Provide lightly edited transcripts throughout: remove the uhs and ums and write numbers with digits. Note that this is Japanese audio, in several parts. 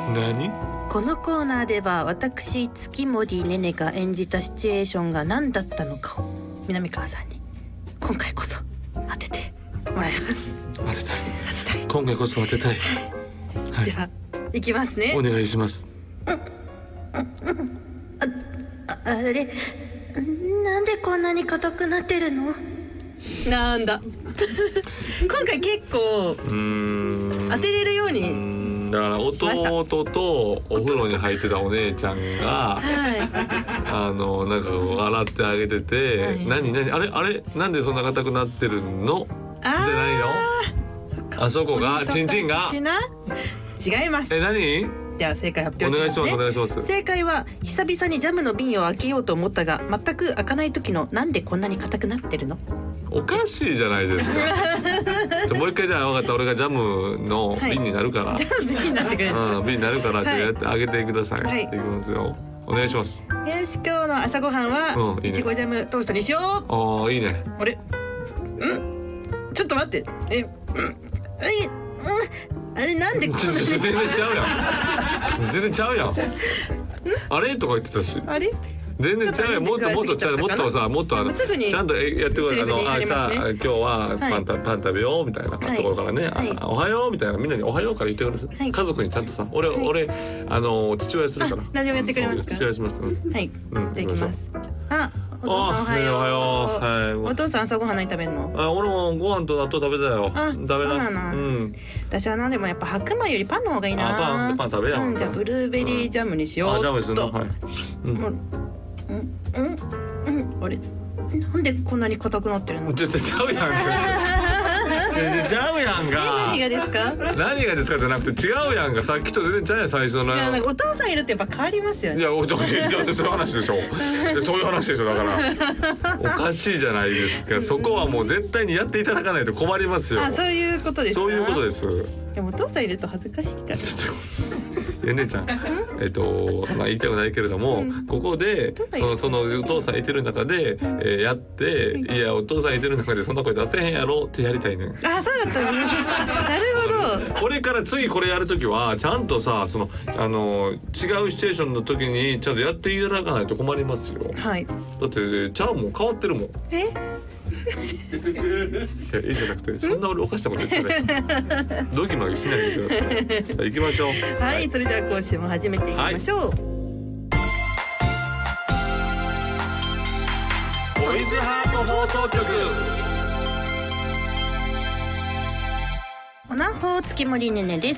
何？ このコーナーでは私月森ねねが演じたシチュエーションが何だったのかを南川さんに今回こそ当ててもらいます。 当てたい。今回こそ当てたい。 はい、ではいきますね。 お願いします。 あれなんでこんなに硬くなってるの？なんだ今回結構当てれるようにだから弟とお風呂に入ってたお姉ちゃんが、はい、なんか洗ってあげてて、はい、何あれなんでそんな硬くなってるのじゃないの？あそこがチンチンが違います。 何？ では正解発表しますね。 お願いします。正解は久々にジャムの瓶を開けようと思ったが全く開かない時のなんでこんなに硬くなってるの？ おかしいじゃないですかもう一回じゃあ分かった、俺がジャムの瓶になるから、はい、 瓶になってくれる、 瓶になるからやってあげてください、はい、いきますよ、お願いします。 よし、今日の朝ごはんは、いちごジャムトーストにしよう。 あ、いいね。 あれ、ちょっと待って、あれなんでこんなに全然ちゃうやんあれとか言ってたし、 あれ全然ちゃうよ。もっとさ、もっとちゃんとやってくれ。さあ今日はパン食べようみたいなところからね、朝おはようみたいな、みんなにおはようから言ってくれる。家族にちゃんとさ、俺父親するから。 何をやってくれますか？ 父親します。はい。 できます。あ、お父さんおはよう。はい。お父さん朝ごはん何食べるの？ 俺もご飯と納豆食べたよ。食べな。 私は何でもやっぱ白米よりパンの方がいいな。 パン食べやん。 じゃあブルーベリージャムにしよう。 ジャムするの。はい。 あれなんでこんなに硬くなってるの？ ちゃうやんちゃうやんが。 何がですか？ 何がですかじゃなくて違うやんが。さっきと全然ちゃうやん最初の。 いや、なんかお父さんいるってやっぱ変わりますよね。 いや、そういう話でしょそういう話でしょ。だからおかしいじゃないですか。そこはもう絶対にやっていただかないと困りますよ。 そういうことですか？ そういうことです。 でもお父さんいると恥ずかしいから。 姉ちゃん、言いたくないけれども、ここでそのお父さんいてる中で、やって、いやお父さんいてる中でそんな声出せへんやろってやりたいねん。 そうだったね。なるほど。 これから次これやるときはちゃんとさ、違うシチュエーションの時にちゃんとやっていただかないと困りますよ。はい。だってちゃうもん変わってるもん。いや、いいじゃなくて、そんな俺おかしたこと言ってないドギマギしないでください。じゃあ行きましょう。 はい、それでは今週も始めていきましょう。 トイズハート放送局。 おなほ月森ねねです。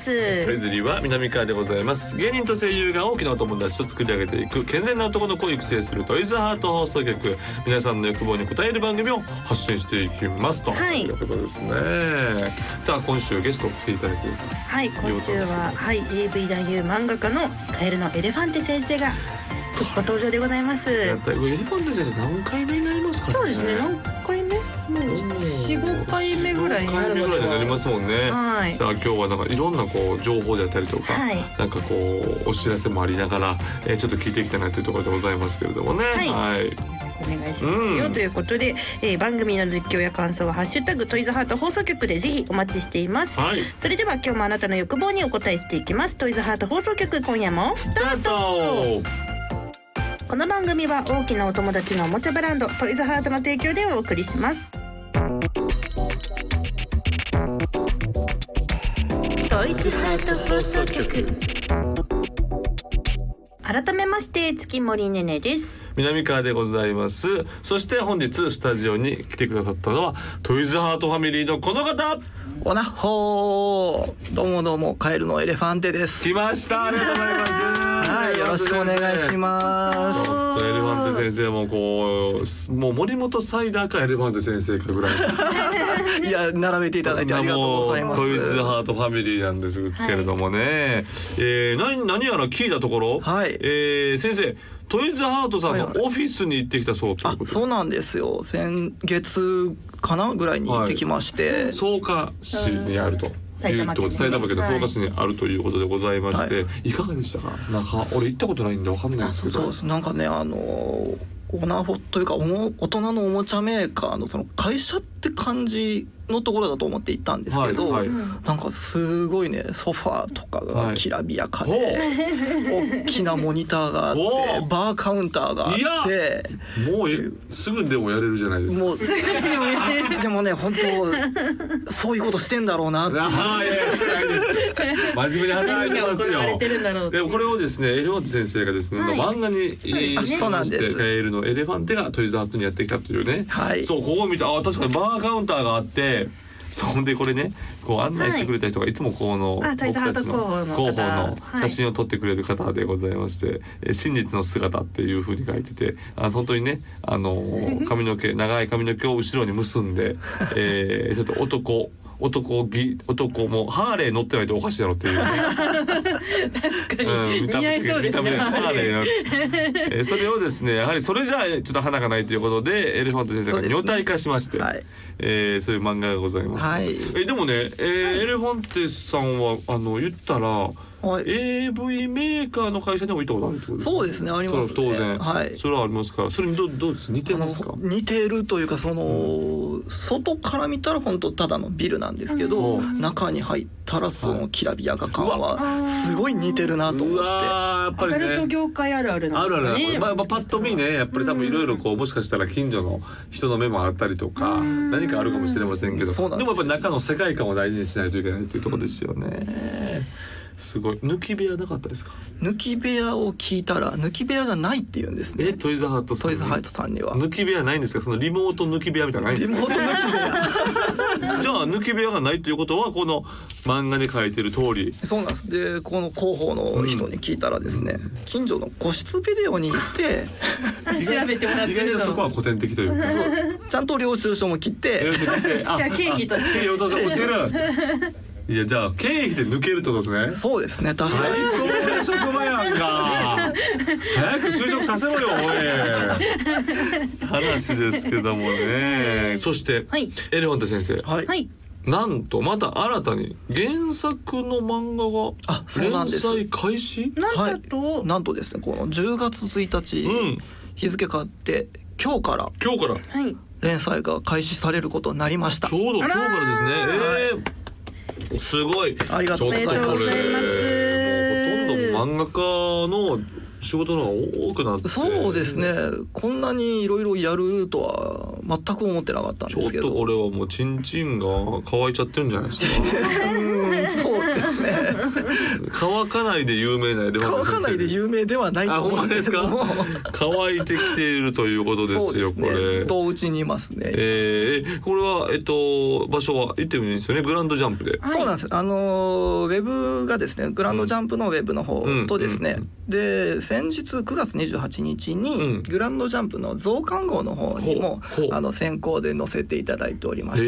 トイズリーは南川でございます。芸人と声優が大きなお友達と作り上げていく健全な男の子を育成するトイズハート放送局。皆さんの欲望に応える番組を発信していきますと、いうことですね。さあ今週ゲスト来ていただけると。 はい、今週はAV 男優漫画家のカエルのエレファンテ先生がご登場でございます。 やったエレファンテ先生何回目になりますかね？ そうですね、何回目？もう 4,5 回目ぐらいになるのでは。4回目ぐらいになりますもんね。はい。さあ今日はなんかいろんなこう情報であったりとか、なんかこうお知らせもありながら、ちょっと聞いていきたいなというところでございますけれどもね。はい。お願いしますよ、ということで、番組の実況や感想はハッシュタグトイズハート放送局でぜひお待ちしています。はい。それでは今日もあなたの欲望にお答えしていきます。トイズハート放送局、今夜もスタート。この番組は大きなお友達のおもちゃブランドトイズハートの提供でお送りします。トイズハート放送局。改めまして月森ねねです。 南川でございます。そして本日スタジオに来てくださったのはトイズハートファミリーのこの方。 おなっほー、どうもカエルのエレファンテです。 来ました、ありがとうございます。 はい、よろしくお願いします。 ちょっとエレファンテ先生ももう森本サイダーかエレファンテ先生かぐらいいや、並べていただいてありがとうございます。 トイズハートファミリーなんですけれどもね、何やら聞いたところ、先生トイズハートさんのオフィスに行ってきたそうということで。 そうなんですよ。先月かなぐらいに行ってきまして、 草加市にあると埼玉県の草加市にあるということでございまして、いかがでしたか？なんか俺行ったことないんでわかんないんですけど。 そうです。なんかね、オナホというか大人のおもちゃメーカーのその会社って感じのところだと思って行ったんですけど、なんかすごいねソファーとかがきらびやかで、大きなモニターがあってバーカウンターがあって、 もうすぐでもやれるじゃないですか。もうでもね本当そういうことしてんだろうなって。 真面目に働いてますよ。でもこれをですねエレファント先生がですね漫画にして買えるのエレファンテがトイズハットにやってきたというね。そうここを見て確かにバーカウンターがあって、そんでこれねこう案内してくれた人がいつもこの僕たちの広報の写真を撮ってくれる方でございまして、真実の姿っていう風に書いてて、本当にね髪の毛長い髪の毛を後ろに結んで、ちょっと男もハーレー乗ってないとおかしいだろっていう、ね、 確かに、似合いそうですねハーレーそれをですねやはりそれじゃあちょっと花がないということでエレファント先生が女体化しまして、そういう漫画がございます、でもね、エレファンテさんは言ったらAV メーカーの会社でも行ったことあるってことですか？ そうですね、ありますね。 当然、それはありますから。それにどうです似てますか？ 似てるというか外から見たら本当ただのビルなんですけど、中に入ったらそのきらびやか感はすごい似てるなと思って。 やっぱりね、アダルト業界あるあるなんですかね。 パッと見ねやっぱり多分いろいろもしかしたら近所の人の目もあったりとか何かあるかもしれませんけど、でもやっぱり中の世界観を大事にしないといけないというところですよね。すごい。抜き部屋なかったですか？ 抜き部屋を聞いたら抜き部屋がないって言うんですね。 トイズハートさんには抜き部屋ないんですか？そのリモート抜き部屋みたいなないんですか？ リモート抜き部屋じゃあ抜き部屋がないということはこの漫画に書いてる通り。 そうなんです。でこの広報の人に聞いたらですね、近所の個室ビデオに行って調べてもらってるの。 そこは古典的というかちゃんと領収書も切って経費として落ちるいやじゃあ経費で抜けるってことですね。 そうですね、確かに最高の職場やんか早く就職させろよおい話ですけどもね。そして、エレファント先生、なんとまた新たに原作の漫画が連載開始。 なんとですねこの10月1日、日付変わって今日から連載が開始されることになりました。 ちょうど今日からですね。すごい。 ありがとうございます。 ほとんど漫画家の仕事の方が多くなって。 そうですね。こんなにいろいろやるとは全く思ってなかったんですけど。 ちょっとこれはもうチンチンが乾いちゃってるんじゃないですか。 そうですね。 乾かないで有名なエレファント先生。 乾かないで有名ではないと思うんですけども。 乾いてきているということですよ。これ。 ずっとお家にいますね。 これは場所は言ってもいいんですよね。グランドジャンプで。 そうなんです。ウェブがですね、グランドジャンプのウェブの方とですね。で先日9月28日にグランドジャンプの増刊号の方にも先行で載せていただいておりまして、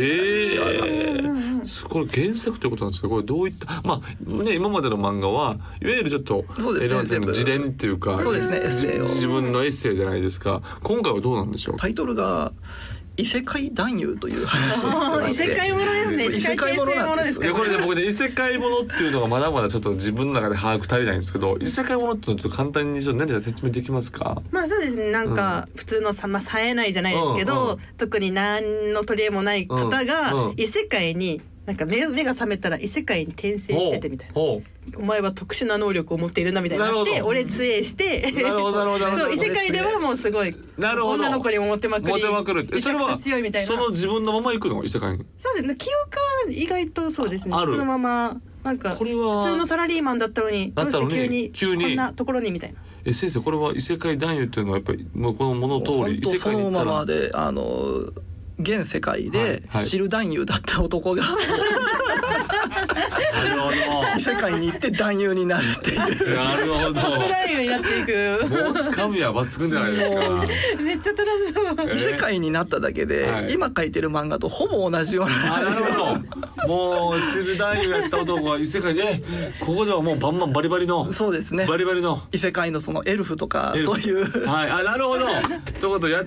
これ原作ということなんですか？これどういった今までの漫画はいわゆるちょっと自伝っていうか、 そうですね、エッセイを自分のエッセイじゃないですか。今回はどうなんでしょう？ タイトルが異世界男優という話を異世界ものですね。 異世界ものなんです。 これね僕ね異世界ものっていうのがまだまだちょっと自分の中で把握足りないんですけど、異世界ものってちょっと簡単に何か説明できますか？ そうですね。なんか普通の冴えないじゃないですけど、特に何の取り柄もない方が異世界になんか目が覚めたら異世界に転生しててみたいな。お前は特殊な能力を持っているなみたいになって、俺杖してそう異世界ではもうすごい女の子にもモテまくり、めちゃくちゃ強いみたいな。 その自分のまま行くの異世界に。 そうですね。記憶は意外とそうですね。そのままなんか普通のサラリーマンだったのにどうして急にこんなところにみたいな。 先生これは異世界男優っていうのはやっぱりもうこの物通り異世界に行ったらそのままで現世界で知る男優だった男が異世界に行って男優になるっていう。 なるほど。 男優になっていく。 もうつかみは抜群じゃないですか。 めっちゃ楽しそう。 異世界になっただけで今書いてる漫画とほぼ同じような。 なるほど。もう知る男優やった男が異世界でここではもうバンバンバリバリの。 そうですね。 バリバリの異世界のそのエルフとかそういう。 なるほど。ということや。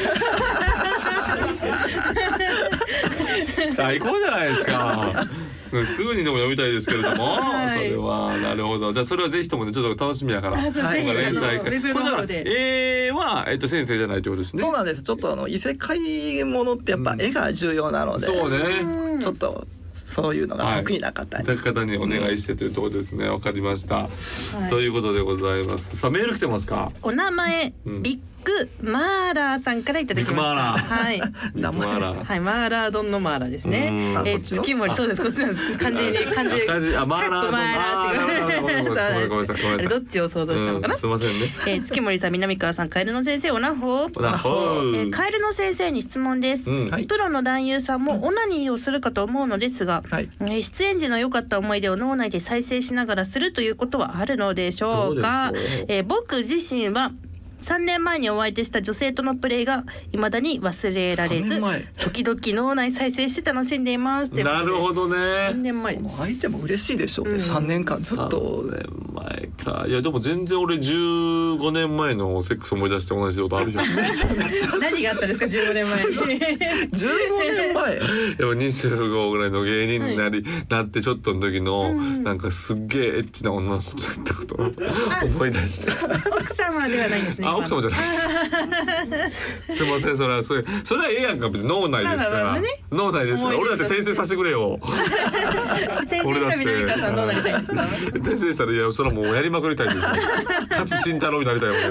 最高じゃないですか。 すぐにでも読みたいですけれども、それはなるほど。じゃあそれはぜひともねちょっと楽しみやから。連載会。これは先生じゃないということですね。 そうなんです。ちょっと異世界ものってやっぱ絵が重要なので、 そうね。 ちょっとそういうのが得意な方にお願いしてというところですね。わかりました。ということでございます。さあメール来てますか。 お名前ビッグマーラーさんからいただきました。はい。 名前はい、マーラー丼のマーラーですね。月森、そうです、こっちなんです。漢字マーラー丼。どっちを想像したのかな。 すみませんね。 月森さん、南川さん、カエルの先生、おなほ。カエルの先生に質問です。プロの男優さんもオナニーをするかと思うのですが、出演時の良かった思い出を脳内で再生しながらするということはあるのでしょうか。僕自身は3年前にお相手した女性とのプレーが未だに忘れられず、時々脳内再生して楽しんでいます。 なるほどね。 3年前。 相手も嬉しいでしょうね。3年間ずっと。 3年前か。いやでも全然俺15年前のセックス思い出して同じことあるじゃん。 何があったんですか15年前に。 15年前。 やっぱ25ぐらいの芸人になってちょっとの時のなんかすっげえエッチな女の子だったことを思い出して。 奥様ではないんですね。 奥様じゃないです。すみません、それはええやんか、別に脳内ですから脳内ですから。俺だって転生させてくれよ。 転生した南川さんどうなりたいですか。 転生したらいやそれはもうやりまくりたいです。勝慎太郎になりたいわけ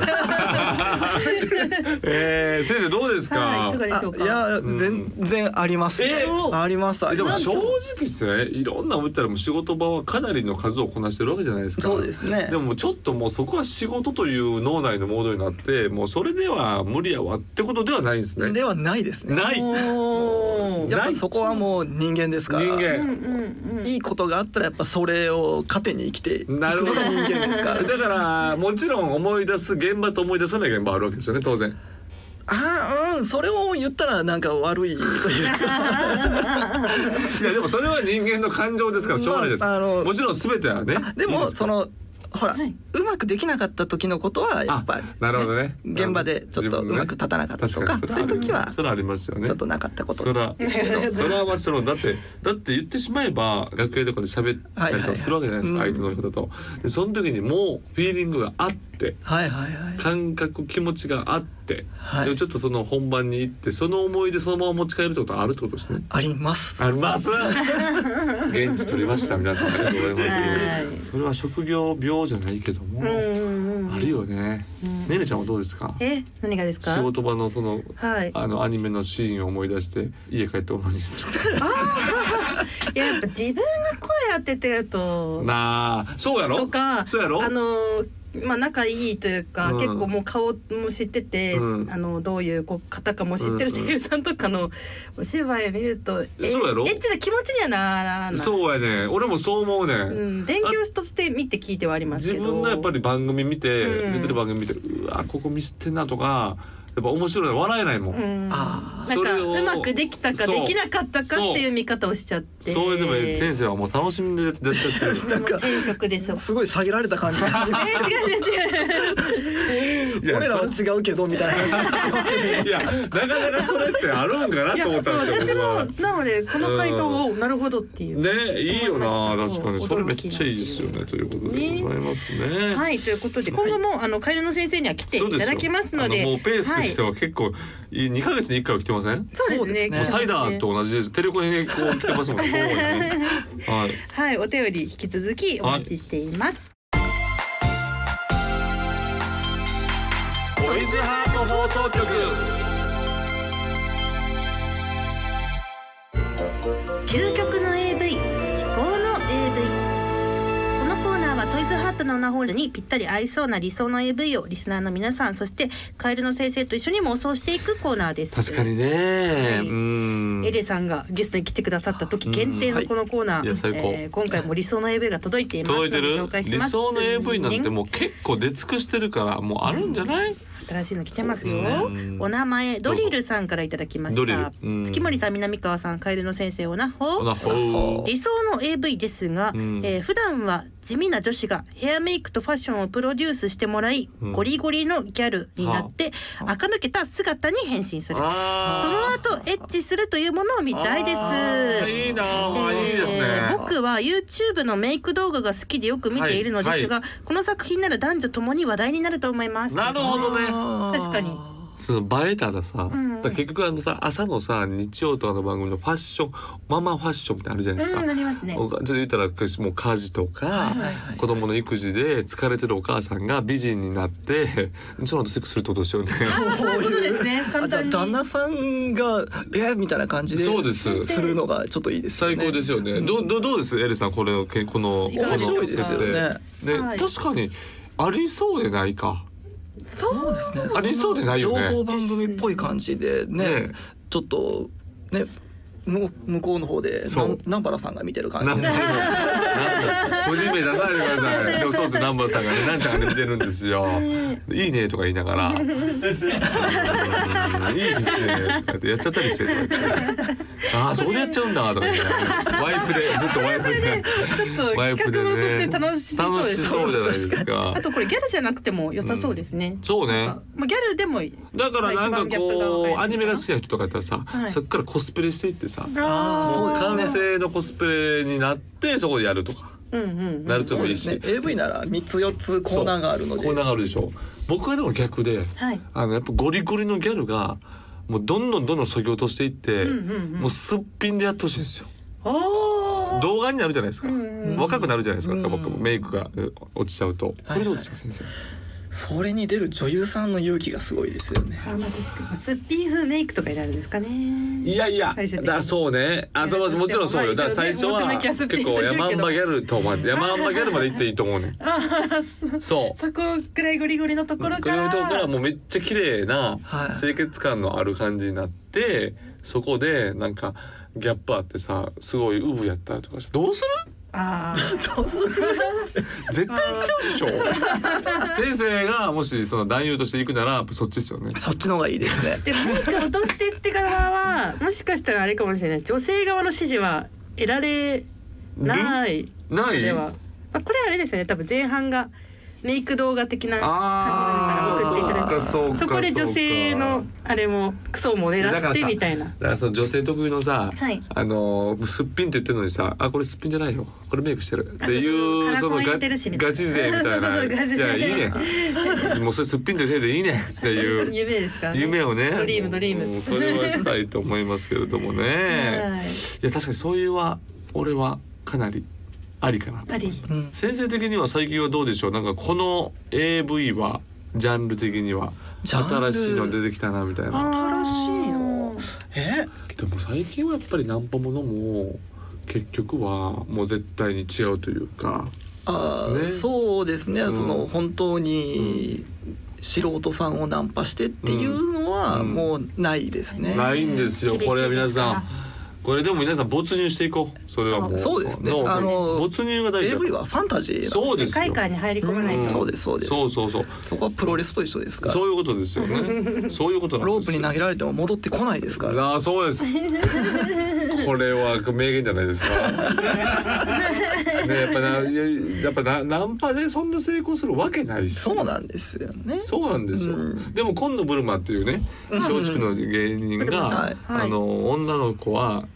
です。先生どうですか。 いや全然あります。あります。 でも正直ですね、いろんな思ったらもう仕事場はかなりの数をこなしてるわけじゃないですか。 そうですね。 でもちょっともうそこは仕事という脳内のモードになってもうそれでは無理やわってことではないんですね。 ではないですね。 ない。 やっぱそこはもう人間ですから。 人間。 いいことがあったらやっぱそれを糧に生きていくのが人間ですから。 だからもちろん思い出す現場と思い出さない現場あるわけですよね、当然。 それを言ったらなんか悪いというか。 いやでもそれは人間の感情ですからしょうがないです。もちろん全てはね。 でもほら、うまくできなかった時のことはやっぱり、 なるほどね。 現場でちょっとうまく立たなかったとか、そういう時はそれありますよね。 ちょっとなかったこと。 それはだって言ってしまえば楽屋とかで喋ったりとかするわけじゃないですか、相手の方と。でその時にもうフィーリングがあって、感覚気持ちがあって、でちょっとその本番に行ってその思い出そのまま持ち帰るってことはあるってことですね。 あります。 あります。現地取りました皆さんありがとうございます。それは職業病じゃないけどもあるよね。ねねちゃんはどうですか。 何がですか。 仕事場のアニメのシーンを思い出して家帰ってオナニーする。 やっぱ自分が声当ててるとそうやろとか、 そうやろ。 仲いいというか、結構もう顔も知ってて、どういう方かも知ってる声優さんとかのお芝居を見ると、 そうやろ。 エッチな気持ちにはならない。 そうやね。俺もそう思うね。 勉強として見て聞いてはありますけど、 自分のやっぱり番組見て、出てる番組見て、うわここミスってんなとか。やっぱ面白い、笑えないもん。 なんかうまくできたかできなかったかっていう見方をしちゃって。 そういうでも先生はもう楽しみでやってる。 なんか転職です。 すごい下げられた感じ。違う。俺らは違うけどみたいな感じ。いやなかなかそれってあるんかなと思ったんですよ。 私もなのでこの回答をなるほどっていう。 ね、いいよな、確かにそれめっちゃいいですよねということでございますね。 はい、ということで今後もカエルの先生には来ていただきますので、 もうペースとしては結構2ヶ月に1回は来てません？ そうですね。 もうサイダーと同じです。テレコにこう来てますもんね。 はい、お便り引き続きお待ちしています。 トイズハート放送局。 究極の AV、至高の AV。このコーナーはトイズハートのオナホールにぴったり合いそうな理想の AV をリスナーの皆さん、そしてカエルの先生と一緒に妄想していくコーナーです。 確かにね。 エレさんがゲストに来てくださった時限定のこのコーナー、今回も理想の AV が届いていますので紹介します。 理想の AV なんてもう結構出尽くしてるからもうあるんじゃない？ 新しいの来てますよ。お名前ドリルさんからいただきました。月森さん、南川さん、カエルの先生、おなほ。理想の AV ですが、普段は地味な女子がヘアメイクとファッションをプロデュースしてもらい、ゴリゴリのギャルになって垢抜けた姿に変身する。その後エッチするというものを見たいです。 いいな、いいですね。 僕は YouTube のメイク動画が好きでよく見ているのですが、この作品なら男女ともに話題になると思います。 なるほどね。 確かに。 その映えたらさ、結局朝のさ日曜とかの番組のファッションママファッションみたいなのあるじゃないですか。 なりますね。 ちょっと言ったらもう家事とか、子供の育児で疲れてるお母さんが美人になってその後セックスするってことですよね。 そういうことですね。簡単に旦那さんがみたいな感じでそうですするのがちょっといいですよね。 最高ですよね。どうですエレさん、この面白いですよね。 確かにありそうでないか。 そうですね。 ありそうでないよね。 情報番組っぽい感じでね、ちょっとね向こうの方で南原さんが見てる感じ。 個人名出さないでください。でもそうです、南原さんがねなんちゃんが見てるんですよ。いいねとか言いながら、いいですねってやっちゃったりして、ああそうでやっちゃうんだとか言ってワイプでずっとワイプでちょっと企画ものとして楽しそうです。 楽しそうじゃないですか。 あとこれギャルじゃなくても良さそうですね。 そうね。 まあギャルでもだからなんかこうアニメが好きな人とかやったらさ、そっからコスプレしていってさ、もう完成のコスプレになってそこでやるとかなるともいいし、 AV なら3つ4つコーナーがあるので。 コーナーがあるでしょ。僕はでも逆で、やっぱゴリゴリのギャルがもうどんどんそぎ落としていって、もうすっぴんでやってほしいんですよ。動画になるじゃないですか。若くなるじゃないですか。僕もメイクが落ちちゃうと。これどうですか先生。 それに出る女優さんの勇気がすごいですよね。 すっぴん風メイクとかになるんですかね。 いやそうね。そうもちろんそうよ。だから最初は結構ヤマンバギャルとまでヤマンバギャルまで行っていいと思うね。そこくらいゴリゴリのところからもうめっちゃ綺麗な清潔感のある感じになって、そこでなんかギャップあってさ、すごいウブやったりとかしてどうする？ どうする？ 絶対行っちゃうでしょ。先生がもしその男優として行くならそっちですよね。 そっちの方がいいですね。 でもメイク落としてって側はもしかしたらあれかもしれない。女性側の指示は得られないでは、これあれですよね。多分前半がメイク動画的な感じなのから送っていただいて、そこで女性のあれもクソも狙ってみたいな。だからその女性特有のさ、すっぴんって言ってるのにさ、これすっぴんじゃないよ、これメイクしてるっていうそのガチ勢みたいな、いやいいね、もうそれすっぴんという手でいいねっていう夢ですかね。 夢をね、 ドリームそれはしたいと思いますけれどもね。いや確かにそういう俺はかなりありかなと。先生的には最近はどうでしょう。なんかこの AV はジャンル的には新しいの出てきたなみたいな。 新しいの？ でも最近はやっぱりナンパものも結局はもう絶対に違うというか。 そうですね。その本当に素人さんをナンパしてっていうのはもうないですね。 ないんですよ。これは皆さん。これでも皆さん没入していこう。それはもうそうですね。 没入が大事。 AV はファンタジー。 そうですよ。 世界観に入り込まないと。 そうですそうです。 そう。 そこはプロレスと一緒ですから。 そういうことですよね。そういうことなんですよ。 ロープに投げられても戻ってこないですから。 そうです。これは名言じゃないですか。ね、やっぱナンパでそんな成功するわけないし。 そうなんですよね。 そうなんですよ。でも今度ブルマっていうね、松竹の芸人が女の子は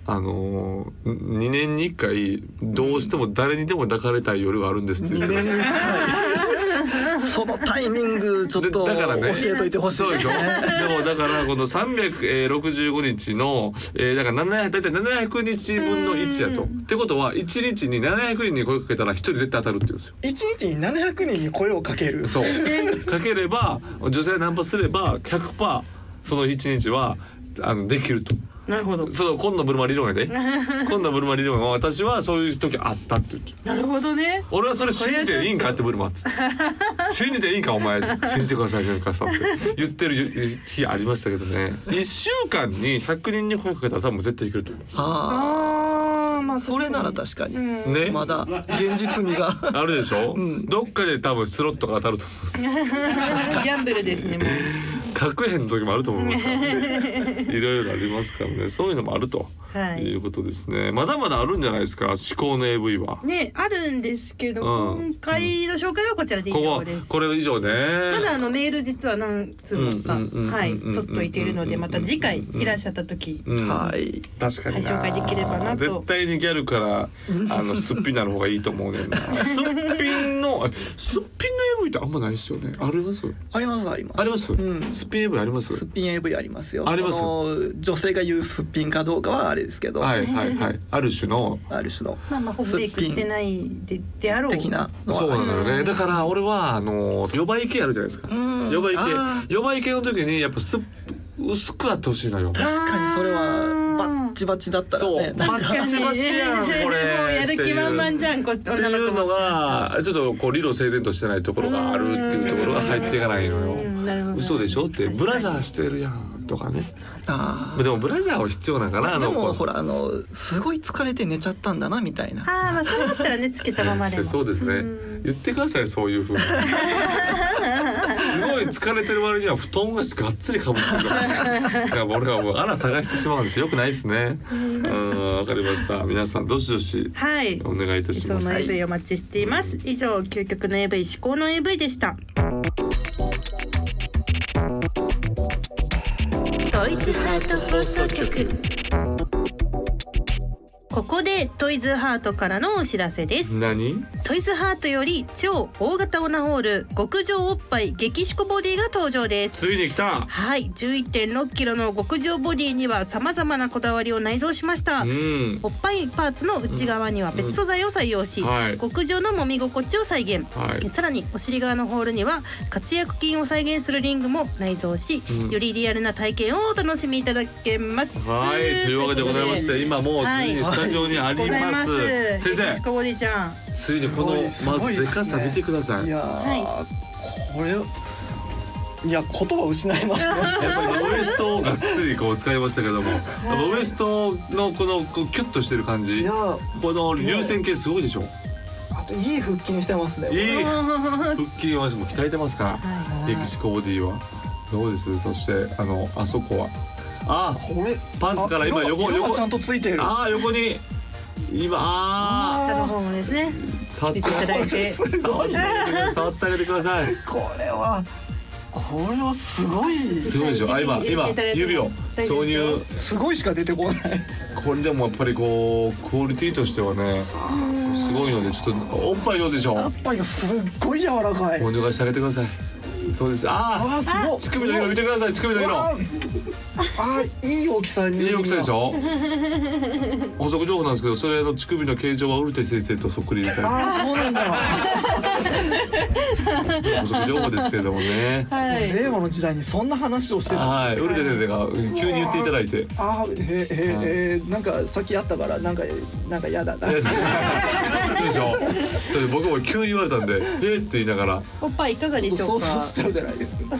2年に1回どうしても誰にでも抱かれたい夜があるんですって言ってました。 そのタイミングちょっと教えといてほしいですね。 でもだからこの365日のだから大体700日分の1やと。ってことは1日に700人に声かけたら1人絶対当たるって言うんですよ。 1日に700人に声をかける。 そうかければ女性ナンパすれば 100% その1日はできると。 なるほど。 その今度ブルマ理論やで。今度ブルマ理論は私はそういう時あったって言って。 なるほどね。 俺はそれ信じていいんかってブルマって。信じていいんかお前信じてくださいねかさって言ってる日ありましたけどね。1週間に100人に声かけたら多分絶対いけると思う。 まあそれなら確かにね、まだ現実味があるでしょ。どっかで多分スロットが当たると思うんです。 ギャンブルですね。もう書くへんの時もあると思いますからねいろいろありますからね、そういうのもあると、いうことですね。まだまだあるんじゃないですか、至高の AV はね、あるんですけど、今回の紹介はこちらで以上です。 これ以上ね。 まだメール実は何通もか取っといているので、また次回いらっしゃった時、 はい確かに紹介できればなと。 絶対にギャルからすっぴんなる方がいいと思うねんなすっぴんの AV ってあんまないですよね。あります？ ありますあります。 あります？すっぴん AV あります？ すっぴん AV ありますよ。 あります。 女性が言うすっぴんかどうかはあれですけど、 はいはいはい、ある種のまあほぼメイクしてないであろう的な。 そうなのよね。だから俺は予売系あるじゃないですか。予売系の時にやっぱ薄くあってほしいのよ。 確かにそれはバッチバチだったらね。 バッチバチやんこれ。 もうやる気満々じゃんこっていうのがちょっとこう理路整然としてないところがあるっていうところが入っていかないのよ。嘘でしょってブラジャーしてるやんとかね。でもブラジャーは必要なんかな。 でもほらすごい疲れて寝ちゃったんだなみたいな。 まあそうだったらねつけたままでも。 そうですね。言ってくださいそういう風に。すごい疲れてる割には布団ががっつりかぶってるから、俺はもう穴探してしまうんですよ。よくないですね。わかりました。皆さんどしどしお願いいたします。 その AV お待ちしています。以上究極の AV 至高の AV でした。トイズハート放送局。ここでトイズハートからのお知らせです。 何？ トイズハートより超大型オナホール極上おっぱい激シコボディが登場です。 ついに来た。 はい、11.6 キロの極上ボディには様々なこだわりを内蔵しました。おっぱいパーツの内側には別素材を採用し、極上の揉み心地を再現、さらにお尻側のホールには活躍筋を再現するリングも内蔵し、よりリアルな体験をお楽しみいただけます。 はい、というわけでございまして、今もうついにスタジオにあります。先生、 シコボディちゃん、 ついにこのまずでかさ見てください。 いやこれいや言葉失いますね。 やっぱりウエストをがっつりこう使いましたけども、ウエストのこのキュッとしてる感じ、この流線形すごいでしょ。 あといい腹筋してますね。 いい腹筋はもう鍛えてますから。エキシコボディはどうです？そしてあそこはこれパンツから今横ちゃんとついてる。 横に今下の方もですね触っていただいて触ってあげてください。 これはすごいでしょ。今指を挿入すごいしか出てこない。 これでもやっぱりこうクオリティとしてはねすごいので、ちょっとおっぱいどうでしょう。 おっぱいがすっごい柔らかい。 お願いしてあげてください。そうです。乳首の色見てください。乳首の色いい大きさに。 いい大きさでしょ。補足情報なんですけど、それの乳首の形状はウルテ先生とそっくりみたいな。 そうなんだ。 補足情報ですけれどもね。 令和の時代にそんな話をしてたんです。 ウルテ先生が急に言っていただいて。 なんかさっきやったからなんかやだな。 そうでしょ。それ僕も急に言われたんでって言いながら。 おっぱいいかがでしょうか。 そうしてるじゃないですか。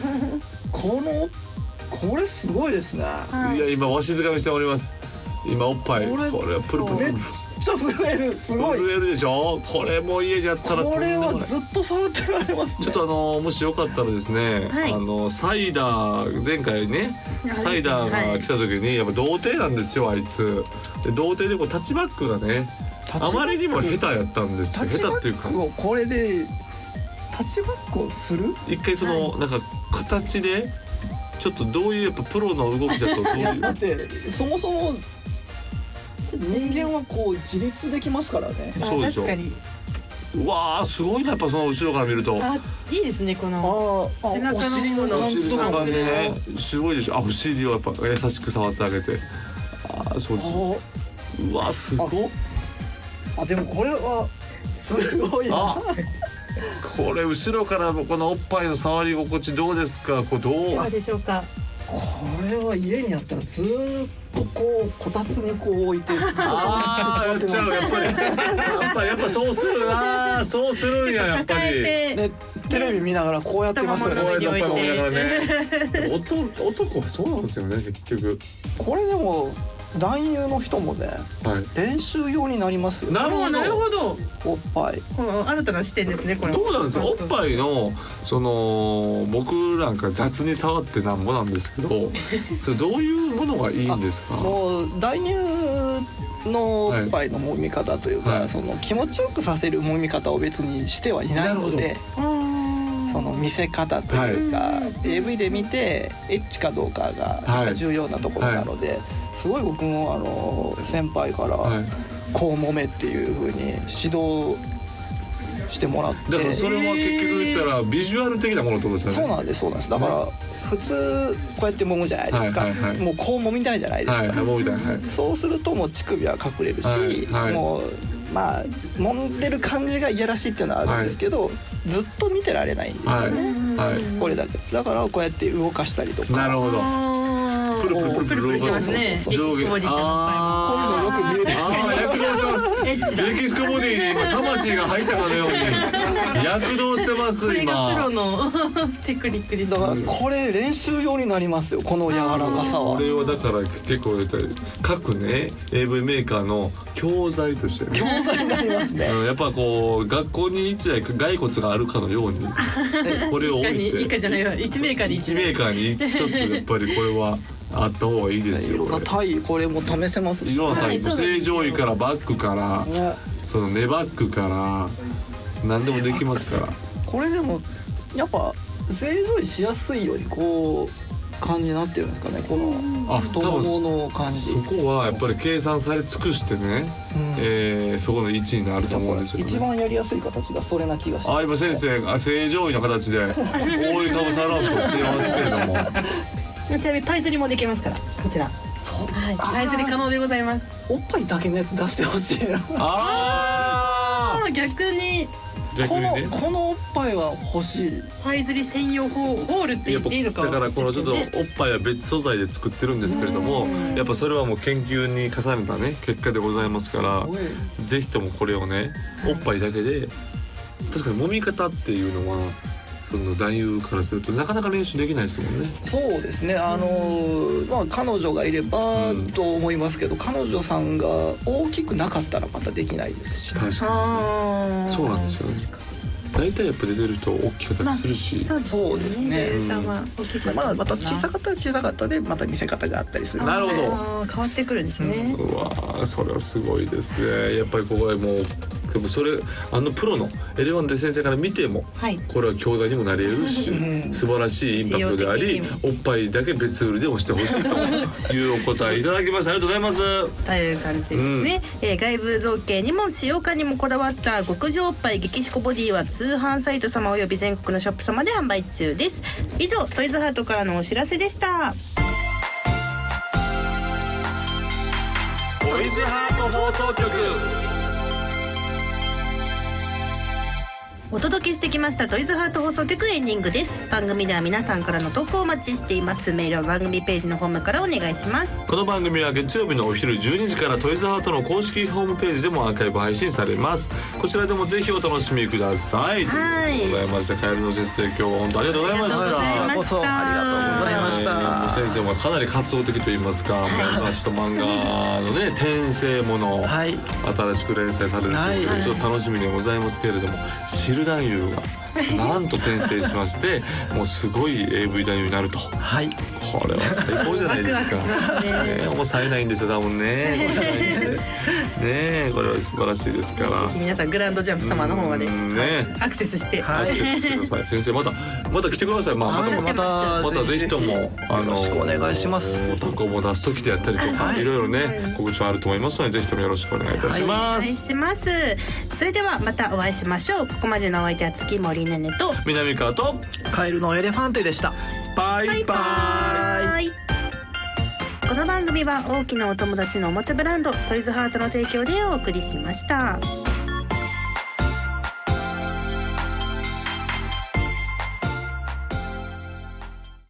これすごいですね。 いや今わしづかみしております。今おっぱいこれはプルプル。 めっちゃ震える。すごい。 震えるでしょ。これも家にあったらこれはずっと触ってられますね。 ちょっともしよかったらですね、サイダー前回ねサイダーが来た時にやっぱ童貞なんですよあいつ。で童貞でこうタッチバックがねあまりにも下手やったんですけど、下手っていうかこれでタッチバックをする。 一回なんか形でちょっとどういうやっぱプロの動きだとどういうだってそもそも人間はこう自立できますからね。 そうでしょ。うわーすごいな。やっぱその後ろから見るといいですね。この背中のお尻の感じねすごいでしょ。お尻をやっぱ優しく触ってあげて。そうです。うわすごっ。 でもこれはすごいな。 これ後ろからこのおっぱいの触り心地どうですか。これどうでしょうか。 これは家にあったらずーっとこうこたつにこう置いてやっちゃう。やっぱそうするな。そうするんややっぱり。 でテレビ見ながらこうやってますよね。 男はそうなんですよね結局。 これでも男優の人もね、練習用になりますよ。 なるほど。 おっぱい。 新たな視点ですねこれ。 どうなんですか。おっぱいのその僕なんか雑に触ってなんぼなんですけど、それどういうものがいいんですか。 もう男優のおっぱいの揉み方というか、その気持ちよくさせる揉み方を別にしてはいないので。その見せ方というか、AV で見てエッチかどうかが重要なところなので、すごい僕も先輩からこう揉めっていう風に指導してもらって。 だからそれは結局言ったらビジュアル的なものってことですよね。 そうなんです。だから普通こうやって揉むじゃないですか、もうこう揉みたいじゃないですか、そうするともう乳首は隠れるし、もうまあ揉んでる感じがいやらしいっていうのはあるんですけど、ずっと見てられないんですよね、これだけ。だからこうやって動かしたりとか。 なるほど。プルプルプルプルしてますね。 こういうのよく見えてきた。 躍動してます。メキシコボディに今魂が入ったかのように躍動してます今。これがプロのテクニックです。 だからこれ練習用になりますよ、この柔らかさは。 これはだから結構各ね AV メーカーの教材として、 教材になりますね。 やっぱこう学校に一台骸骨があるかのようにこれを置いて、 一家じゃないわ、1メーカーに一つやっぱりこれはあった方がいいですよ。 いろんなタイこれも試せますし、 いろんなタイプ、正常位からバックからそのネバックから何でもできますから。 これでもやっぱ正常位しやすいようにこう感じになってるんですかね、この太ももの感じ。 そこはやっぱり計算され尽くしてね、そこの位置になると思うんですよね。 一番やりやすい形がそれな気がします。 今先生が正常位の形で覆いかぶさろうとしてますけれどもちなみにパイ釣りもできますから、こちら。パイ釣り可能でございます。 おっぱいだけのやつ出してほしいな。 逆にこのおっぱいは欲しい。 パイ釣り専用ホールって言っていいのか。 だからこのちょっとおっぱいは別素材で作ってるんですけれども、やっぱそれはもう研究に重ねたね結果でございますから、ぜひともこれをねおっぱいだけで、確かに揉み方っていうのはその男優からするとなかなか練習できないですもんね。 そうですね。彼女がいればと思いますけど、彼女さんが大きくなかったらまたできないですし。 確かに。そうなんですよね。大体やっぱ出てる人大きかったりするし、 そうですね。また小さかったら小さかったでまた見せ方があったりする。 なるほど。 変わってくるんですね。 うわ、それはすごいですね。やっぱりここはもうでもそれプロのエレファンテ先生から見ても、これは教材にもなり得るし、素晴らしいインパクトであり、おっぱいだけ別売りでもしてほしいというお答えいただきました。ありがとうございます。 という感じですね。外部造形にも使用感にもこだわった極上おっぱい激シコボディは通販サイト様および全国のショップ様で販売中です。以上、トイズハートからのお知らせでした。 トイズハート放送局。 お届けしてきましたトイズハート放送局エンディングです。番組では皆さんからの投稿をお待ちしています。メールは番組ページのホームからお願いします。 この番組は月曜日のお昼12時からトイズハートの公式ホームページでもアーカイブ配信されます。こちらでもぜひお楽しみください。ということでございまして、カエルの先生今日は本当ありがとうございました。 こちらこそありがとうございました。 先生もかなり活動的といいますか、ちょっと漫画のね転生もの、新しく連載されるということでちょっと楽しみでございますけれども、知る男優がなんと転生しましてもうすごい AV 男優になると、これは最高じゃないですか。もう冴えないんですよ多分ね。これは素晴らしいですから、 皆さんグランドジャンプ様の方までアクセスして、 先生また来てください。またぜひともよろしくお願いします。 おタコも出す時でやったりとか、いろいろね告知はあると思いますので、ぜひともよろしくお願いいたします。 お願いします。それではまたお会いしましょう。ここまでのお相手は月森ねねと南川とカエルのエレファンテでした。 バイバイ。 この番組は大きなお友達のおもちゃブランドトイズハートの提供でお送りしました。